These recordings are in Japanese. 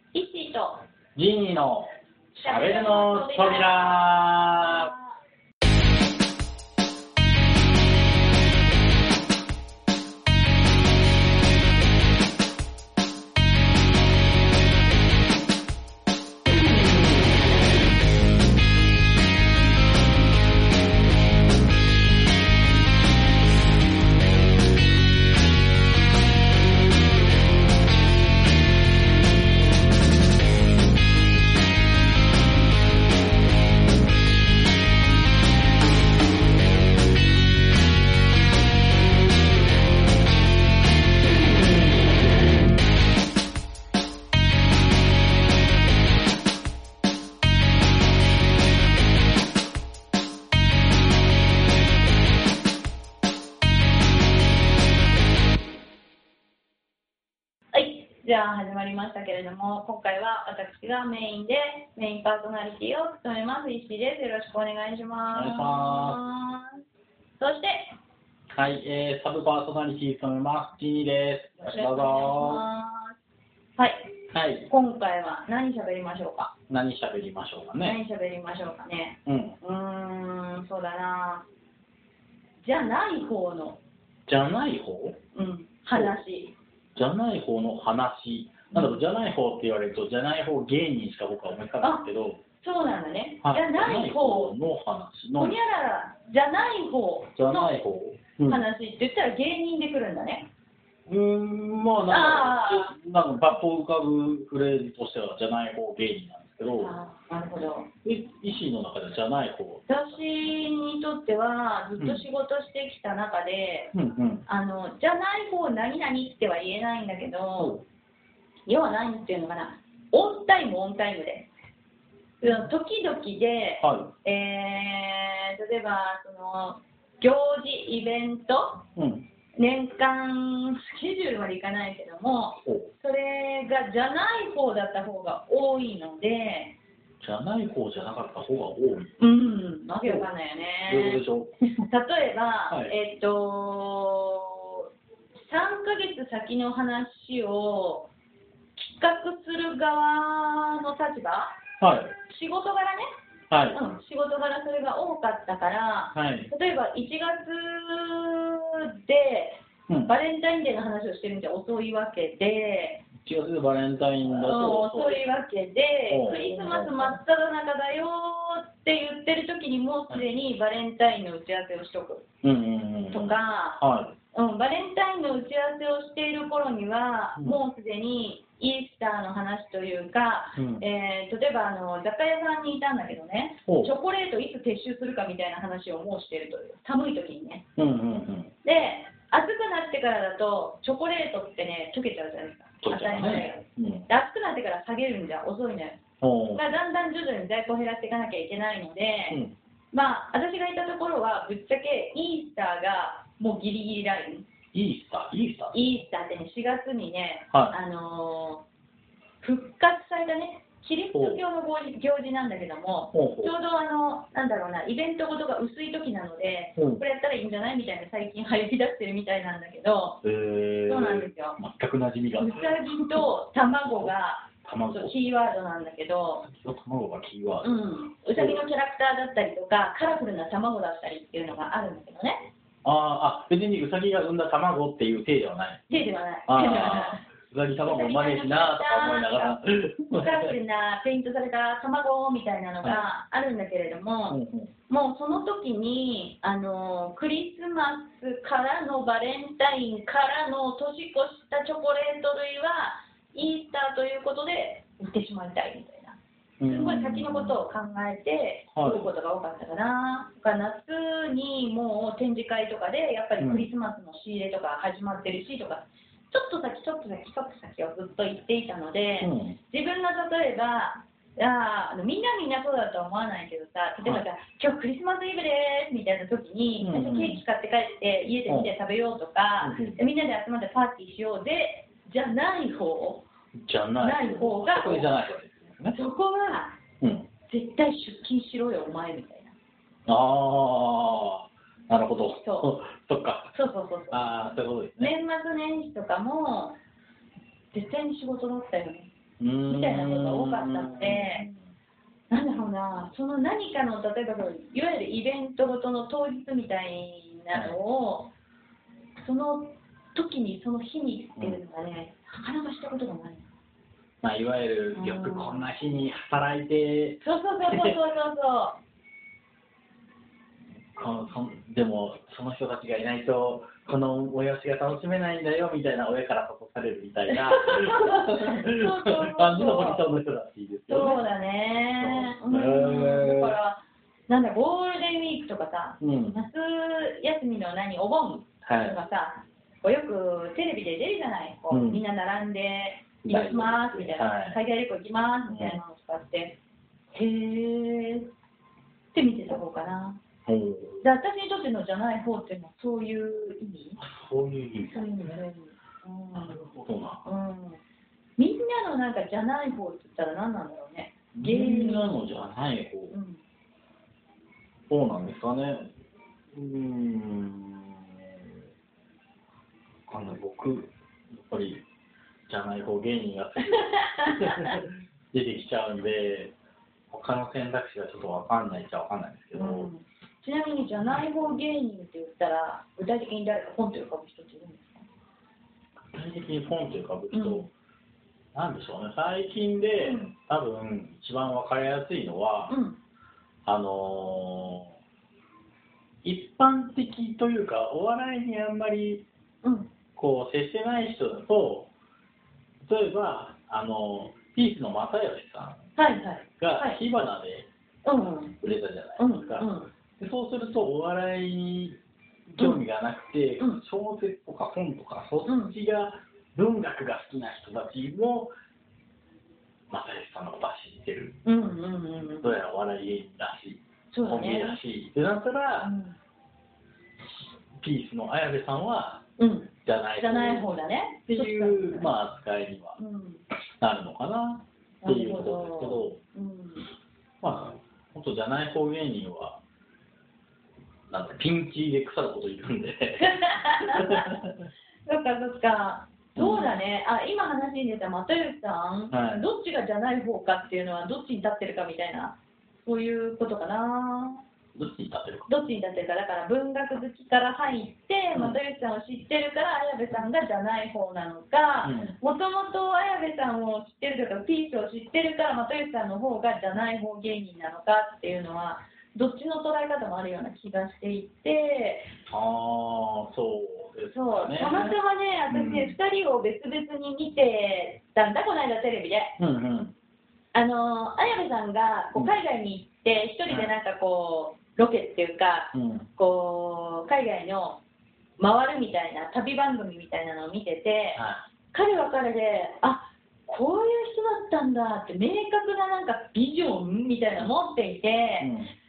イッシーとジーニーのしゃべるの扉。 じゃあ始まりましたけれども、今回は私がメインパーソナリティを務めます石井です。よろしくお願いします。 お願いします。 そしてはい、サブパーソナリティ務めますジーニーです。よろしくどうぞ。 はい、 はい。 今回は何喋りましょうか。 何喋りましょうかね。 そうだな。じゃない方の。 じゃない方？ 話。 じゃない方の話。なんだろう、じゃない方って言われると、じゃない方芸人しか僕は思いつかないんですけど。 そうなんだね。 はい、 じゃない方の話の。 ほにゃらら、じゃない方の話って言ったら芸人で来るんだね。 まあなんかパッと浮かぶフレーズとしてはじゃない方芸人なんですけど。 なるほど。 医師の中でじゃない方。 私にとってはずっと仕事してきた中で、じゃない方何々っては言えないんだけど、要は何っていうのかな、オンタイムで。時々で、例えばその行事イベント、年間スケジュールまでいかないけども、それがじゃない方だった方が多いので。 じゃない方じゃなかった方が多い。 わけわかんないよね。 どういうことでしょう。 例えば、3ヶ月先の話を企画する側の立場、仕事柄ね、仕事柄それが多かったから、例えば1月でバレンタインデーの話をしてるんじゃ遅いわけで、 1月でバレンタインだと遅いわけで、クリスマス真っ只中だよって言ってる時にもうすでにバレンタインの打ち合わせをしとくとか、バレンタインの打ち合わせをしている頃には、もうすでにイースターの話というか、例えば雑貨屋さんにいたんだけどね、チョコレートいつ撤収するかみたいな話をもうしているという、寒い時にね。で、暑くなってからだとチョコレートってね溶けちゃうじゃないですか。当たり前で暑くなってから下げるんじゃ遅いのよ。だんだん徐々に在庫を減らしていかなきゃいけないので、私がいたところはぶっちゃけイースターがもうギリギリライン。イースターってね、4月にね、復活されたね、キリスト教の行事なんだけども、ちょうどなんだろうな、イベントごとが薄い時なので、これやったらいいんじゃないみたいな最近流行りだしてるみたいなんだけど、そうなんですよ。 全く馴染みが。 うさぎと卵がキーワードなんだけど、 卵がキーワード。 うさぎのキャラクターだったりとか、カラフルな卵だったりっていうのがあるんだけどね。 別にうさぎが産んだ卵っていう体ではない。 体ではない。 うさぎ卵生まねえしなとか思いながら。 カラフルなペイントされた卵みたいなのがあるんだけれども、もうその時にクリスマスからのバレンタインからの年越したチョコレート類はイースターということで売ってしまいたいみたいな。すごい先のことを考えて売ることが多かったかな。夏にもう展示会とかでやっぱりクリスマスの仕入れとか始まってるしとか、ちょっと先をずっと言っていたので、自分が例えばみんなそうだとは思わないけどさ、例えば今日クリスマスイブですみたいな時に、ケーキ買って帰って家でみんなで食べようとか、みんなで集まってパーティーしようで、じゃない方がそこは絶対出勤しろよお前みたいな。 なるほど。そっか。 そういうことですね。 年末年始とかも絶対に仕事だったよね。 みたいなことが多かったので、なんだろうな、その何かの、例えばいわゆるイベントごとの当日みたいなのを、その時に、その日にっていうのがね、なかなかしたことがない。 まあ、いわゆる、よくこんな日に働いて、 そうそうそうそうそうでも、その人たちがいないと、この催しが楽しめないんだよみたいな親から諭されるみたいな感じのポジションの人らしいですよね。 そうだね。だから、なんだ、ゴールデンウィークとかさ、夏休みのお盆とかさ、よくテレビで出るじゃない、みんな並んで、行きますみたいな、海外旅行行きますみたいなのを使って、へーって見てた方かな。で、私にとってのじゃない方っていうのはそういう意味？ そういう意味。 そういう意味。 なるほどな。 みんなのなんかじゃない方って言ったら何なんだろうね。 みんなのじゃない方。そうなんですかね。僕、やっぱりじゃない方芸人が出てきちゃうんで、他の選択肢がちょっと分かんないっちゃ分かんないですけど。 ちなみにじゃない方芸人って言ったら、具体的に誰かポンと浮かぶ人っているんですか？ 具体的にポンと浮かぶ人、なんでしょうね、最近で、多分一番分かりやすいのは、一般的というか、お笑いにあんまり接してない人だと、例えばピースの又吉さんが火花で売れたじゃないですか。でそうするとお笑いに興味がなくて、小説とか本とかそっちが文学が好きな人たちも又吉さんのことは知ってる。どうやらお笑い芸人らしい、コンビらしいってなったら、ピースの綾部さんはじゃない方だねっていう、扱いにはなるのかなっていうことですけど、本当じゃない方芸人はピンキーで腐ることいるんでそっかそっか、そうだね。今話に出た又吉さん、どっちがじゃない方かっていうのはどっちに立ってるかみたいな、そういうことかな。 どっちに立ってるか。 だから文学好きから入って又吉さんを知ってるから綾部さんがじゃない方なのか、もともと綾部さんを知ってるとかピースを知ってるから又吉さんの方がじゃない方芸人なのかっていうのはどっちの捉え方もあるような気がしていて、 そうですね。 たまたまね、私ね、2人を別々に見てたんだ、この間テレビで。綾部さんが海外に行って一人でロケっていうか、海外の回るみたいな旅番組みたいなのを見てて、彼は彼でこういう人だったんだって明確なビジョンみたいなの持っていて、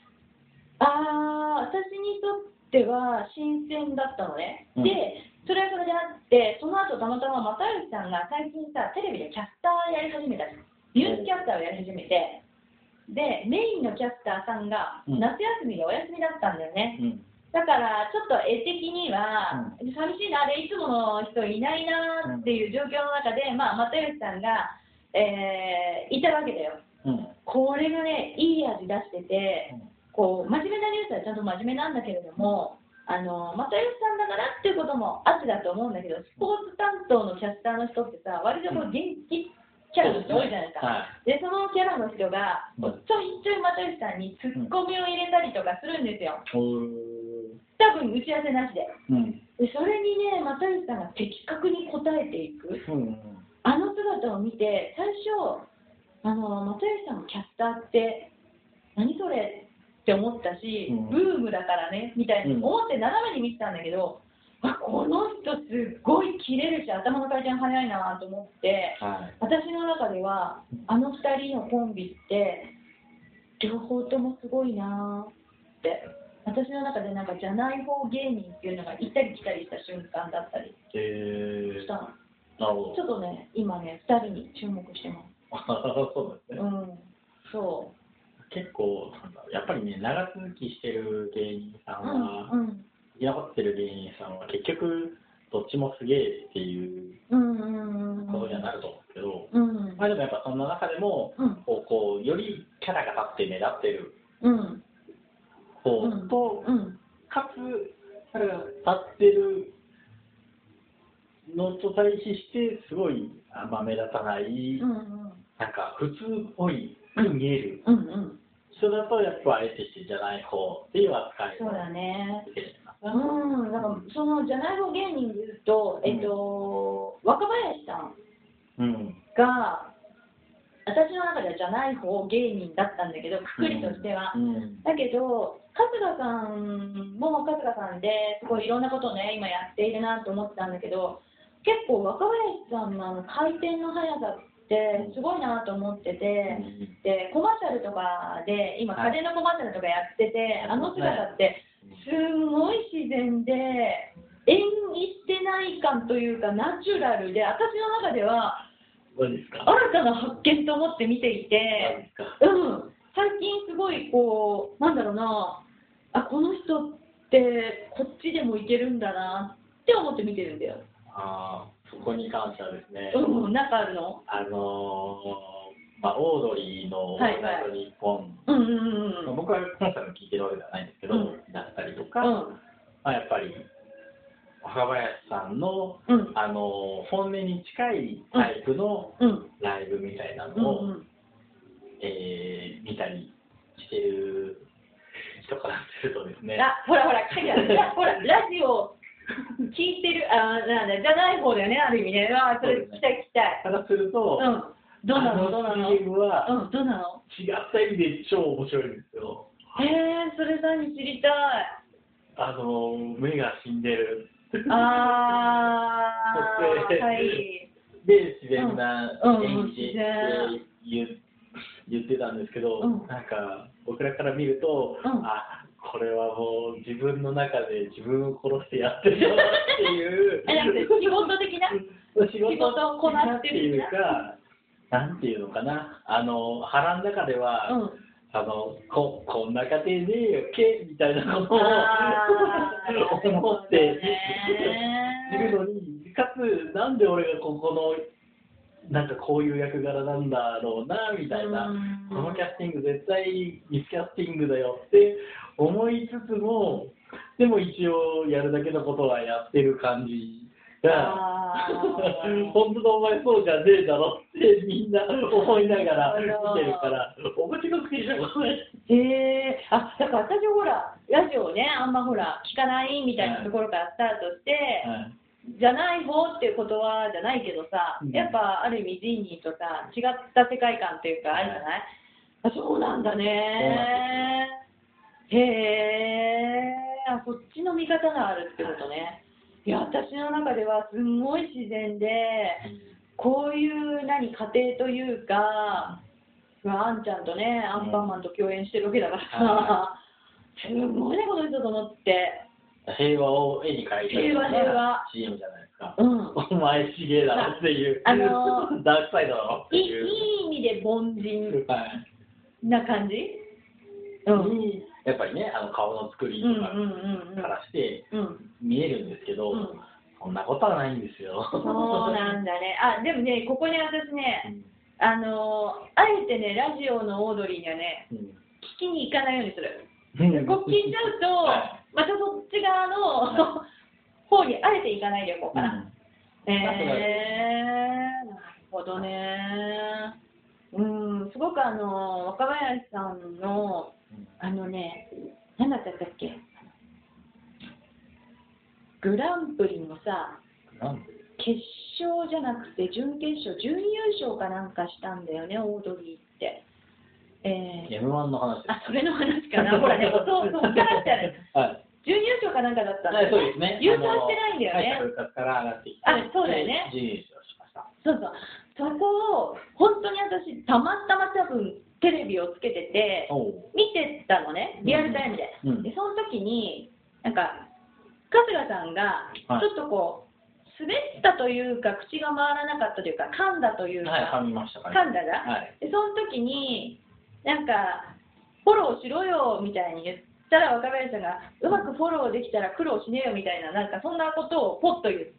私にとっては新鮮だったのね。でそれはそれであって、その後たまたま又吉さんが最近さテレビでキャスターやり始めたニュースキャスターをやり始めて、でメインのキャスターさんが夏休みでお休みだったんだよね。だからちょっと絵的には寂しいな、いつもの人いないなっていう状況の中で、又吉さんが、いたわけだよ。これがね、いい味出してて、真面目なニュースはちゃんと真面目なんだけれども、又吉さんだからっていうこともあってだと思うんだけど、スポーツ担当のキャスターの人ってさ、割と元気キャラの人多いじゃないですか。で、そのキャラの人が、ちょいちょい又吉さんにツッコミを入れたりとかするんですよ。多分打ち合わせなしで。でそれにね、又吉さんが的確に答えていく、あの姿を見て、最初、又吉さんのキャスターって、何それって思ったし、ブームだからねみたいに思って斜めに見てたんだけど、この人すっごいキレるし頭の回転早いなと思って、私の中ではあの2人のコンビって両方ともすごいなって私の中でじゃない方芸人っていうのが行ったり来たりした瞬間だったりしたの。なるほど。ちょっとね今ね2人に注目してます。 そうですね。 そう。 結構やっぱりね、長続きしてる芸人さんは、生き残ってる芸人さんは結局どっちもすげえっていうことにはなると思うんですけど、まあでもやっぱそんな中でも、こうよりキャラが立って目立ってる方と、かつキャラが立ってるのと対比してすごい目立たない、なんか普通っぽいく見える人だとやっぱあえてしてじゃない方っていう扱いをそうだね。 受けてます。 だからそのじゃない方芸人で言うと、若林さんが、私の中ではじゃない方芸人だったんだけど、くくりとしては。だけど、春日さんも春日さんですごいいろんなことをね、今やっているなと思ってたんだけど、結構若林さんの回転の速さってすごいなと思ってて、でコマーシャルとかで今家電のコマーシャルとかやってて、あの姿ってすごい自然で演技してない感というかナチュラルで、私の中では新たな発見と思って見ていて、最近すごいこうなんだろうな、この人ってこっちでもいけるんだなって思って見てるんだよ。 そこに関してはですね、 なんかあるの？ オードリーの「オールナイトニッポン」、僕はコンサート聞いてるわけではないんですけど、だったりとか、やっぱり若林さんの、本音に近いタイプのライブみたいなのを、見たりしてる人からするとですね、 ほら書いてある。ほらラジオ聞いてる、なんだじゃない方だよね、ある意味ね。それ聞きたい。 からすると、 どうなの CM はどうなの？ 違った意味で超面白いんですよ。 それ何知りたい。 目が死んでる。 はい。 で、自然な演技って言ってたんですけど、なんか僕らから見ると、これはもう自分の中で自分を殺してやってるよっていう仕事的な仕事をこなしてるっていうか、なんていうのかな、腹の中では、こんな家庭ねえよけみたいなことを思っているのに、かつなんで俺がここのなんかこういう役柄なんだろうなみたいな、このキャスティング絶対ミスキャスティングだよって思いつつも、でも一応やるだけのことはやってる感じが、本当のお前そうじゃねえだろってみんな思いながら見てるから、面白くてしょうがない。 だから私ほらラジオをねあんまほら聞かないみたいなところからスタートして、じゃない方っていう言葉じゃないけどさ、やっぱある意味ジーニーとさ違った世界観っていうかあるじゃない？そうなんだね。そっちの見方があるってことね。いや、私の中ではすんごい自然で、こういう家庭というか、あんちゃんとね、アンパンマンと共演してるわけだからさ、すごいね、この人と思って。 平和を絵に描いてる CM じゃないですか。お前ちげえだろっていう、ダークサイドだろっていう。 いい意味で凡人な感じ？ やっぱりね、顔の作りとかからして見えるんですけど、そんなことはないんですよ。 そうなんだね。でもね、ここに私ね、あえてね、ラジオのオードリーにはね、聞きに行かないようにする。こう聞いちゃうと、またそっち側の方にあえて行かないでおこうかな。なるほどね。すごく若林さんの何だったっけ、グランプリのさ、決勝じゃなくて準決勝、準優勝かなんかしたんだよね、オードリーって。 M1 の話です。 それの話かな。ほらね、そっからってある。準優勝かなんかだったんだよね。 そうですね。 優勝してないんだよね。 から上がってきて。 そうだよね。 準優勝しました。 そこを本当に私たまたま多分テレビをつけてて見てたのね、リアルタイムで。でその時になんか春日さんがちょっとこう滑ったというか口が回らなかったというか噛んだというか、 噛みましたかね。 噛んだが、でその時になんかフォローしろよみたいに言ったら若林さんがうまくフォローできたら苦労しねえよみたいな、なんかそんなことをポッと言って、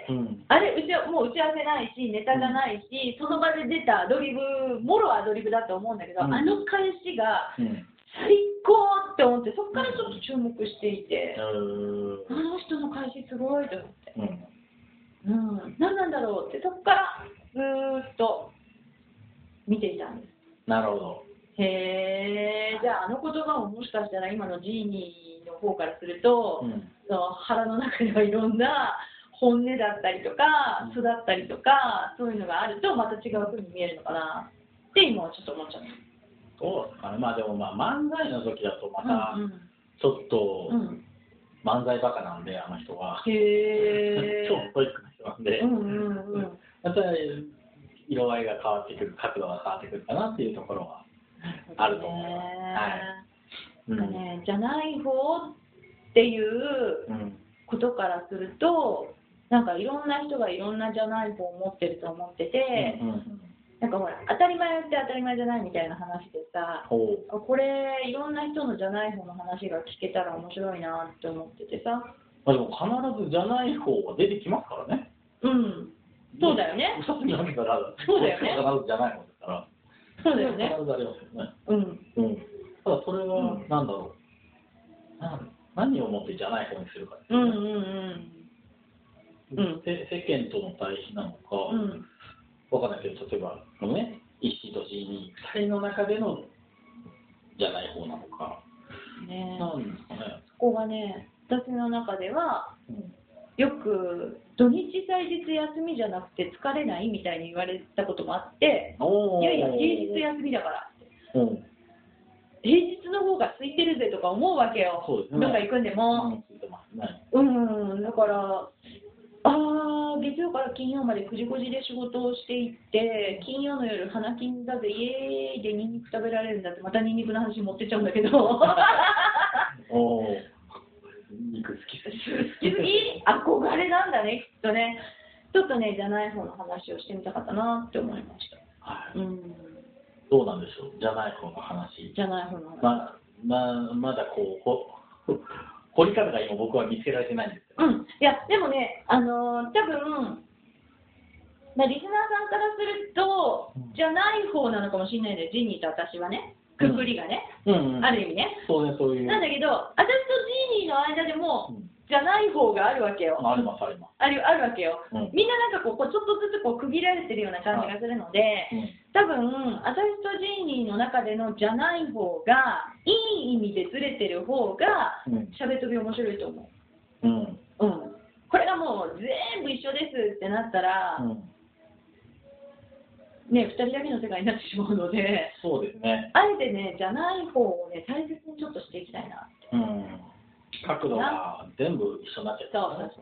あれもう打ち合わせないしネタがないし、その場で出たアドリブもろアドリブだと思うんだけど、あの返しが最高って思って、そこからちょっと注目していて、あの人の返しすごいと思って、何なんだろうって、そこからずーっと見ていたんです。 なるほど。 へえ、じゃああの言葉ももしかしたら今のジーニーの方からすると、その腹の中にはいろんな本音だったりとか素だったりとか、そういうのがあるとまた違う風に見えるのかなって今はちょっと思っちゃった。 そうですかね。まあでも漫才の時だとまたちょっと漫才バカなんで、あの人は。超ストイックな人なんで、また色合いが変わってくる、角度が変わってくるかなっていうところはあると思います。 なんかね、じゃない方っていうことからすると、なんかいろんな人がいろんなじゃない方を持ってると思ってて、なんかほら当たり前って当たり前じゃないみたいな話でさ、これいろんな人のじゃない方の話が聞けたら面白いなって思っててさ。 でも必ずじゃない方が出てきますからね。 そうだよね。 2つに分けたら、 そうだよね。 必ずじゃない方ですから。 そうだよね。 必ずありますよね。ただそれはなんだろう。何をもってじゃない方にするかですよね。世間との対比なのか、わかんないけど、例えばこのね、石とジーニー2人の中でのじゃない方なのか。なんですかね。 そこがね、私の中では。よく土日祭日休みじゃなくて疲れないみたいに言われたこともあって、いやいや平日休みだからって、平日の方が空いてるぜとか思うわけよ。どっか行くんでも。だから月曜から金曜まで9時5時で仕事をしていって、金曜の夜花金だぜイエーイでニンニク食べられるんだって、またニンニクの話持ってっちゃうんだけど肉好きすぎ憧れなんだね、きっとね。ちょっとね、じゃない方の話をしてみたかったなって思いました。 どうなんでしょう、じゃない方の話。 じゃない方の話。 まだこう、掘り方が今僕は見つけられてないんですけど。 いや、でもね、多分、リスナーさんからすると、じゃない方なのかもしれないんだよ、ジニーと私はね。くくりがね、ある意味ね。 そういう。 なんだけど、私とジーニーの間でも、じゃない方があるわけよ。 あります。 あるわけよ。みんななんかちょっとずつ区切られてるような感じがするので、多分、私とジーニーの中でのじゃない方が、いい意味でずれてる方が、しゃべとび面白いと思う。これがもう全部一緒ですってなったら、ね、2人だけの世界になってしまうので、 そうですね。 あえてね、じゃない方をね、大切にちょっとしていきたいなって。 角度が全部一緒になっちゃった、ね。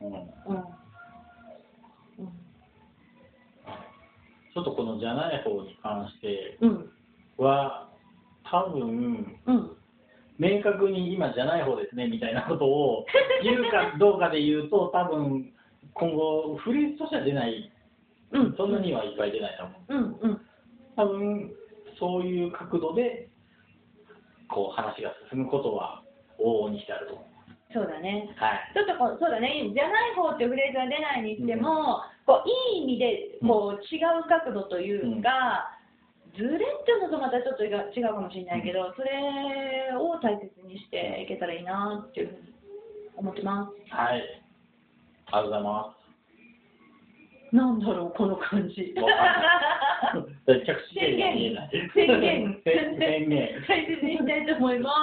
ちょっとこのじゃない方に関しては、多分、明確に今じゃない方ですねみたいなことを言うかどうかで言うと、多分今後フレーズとしては出ない。そんなにはいっぱい出ないと思う。多分そういう角度でこう話が進むことは往々にしてあると思う。 そうだね。ちょっとそうだね。じゃない方っていうフレーズが出ないにしても、こういい意味でこう違う角度というか、ズレっていうのとまたちょっと違うかもしれないけど、それを大切にしていけたらいいなっていうふうに思ってます。 はい。ありがとうございます。 なんだろうこの感じ。 着地点が見えない。宣言。 大切にしたいと思います。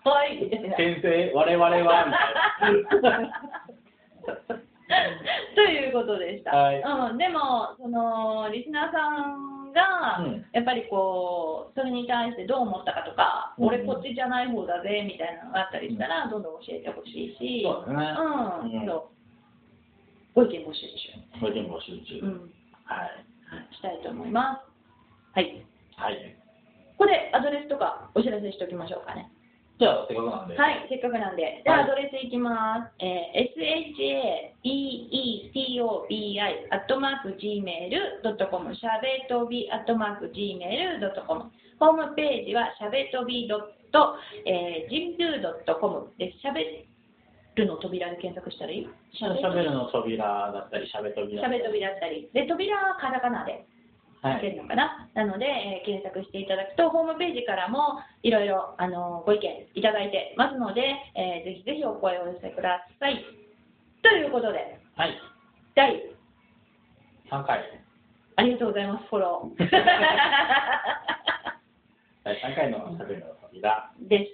はい。 先生、我々はみたいな。 ということでした。でもそのリスナーさんがやっぱりこうそれに対してどう思ったかとか、俺こっちじゃない方だぜみたいなのがあったりしたらどんどん教えてほしいし、 そうですね。 ご意見募集中。 ご意見募集中。 したいと思います。はい。ここでアドレスとかお知らせしておきましょうかね。 じゃあせっかくなんで。 はい、せっかくなんで。じゃあアドレスいきます。shabeetobi@gmail.com しゃべとび@gmail.com ホームページはしゃべとびと、jimdo.com でしゃべるの扉で検索したらいい？ しゃべるの扉だったり、しゃべ扉だったり。で、扉はカタカナで書けるのかな、なので、検索していただくと、ホームページからもいろいろご意見いただいてますので、ぜひぜひお声をお寄せください。ということで、 はい、 第 3回。 ありがとうございます、フォロー。 第3回のしゃべるの扉でした。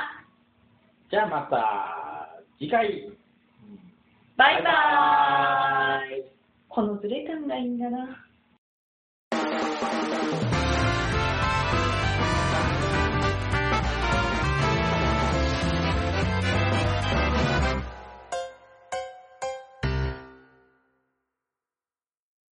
じゃあまた次回。 バイバーイ。このズレ感がいいんだな。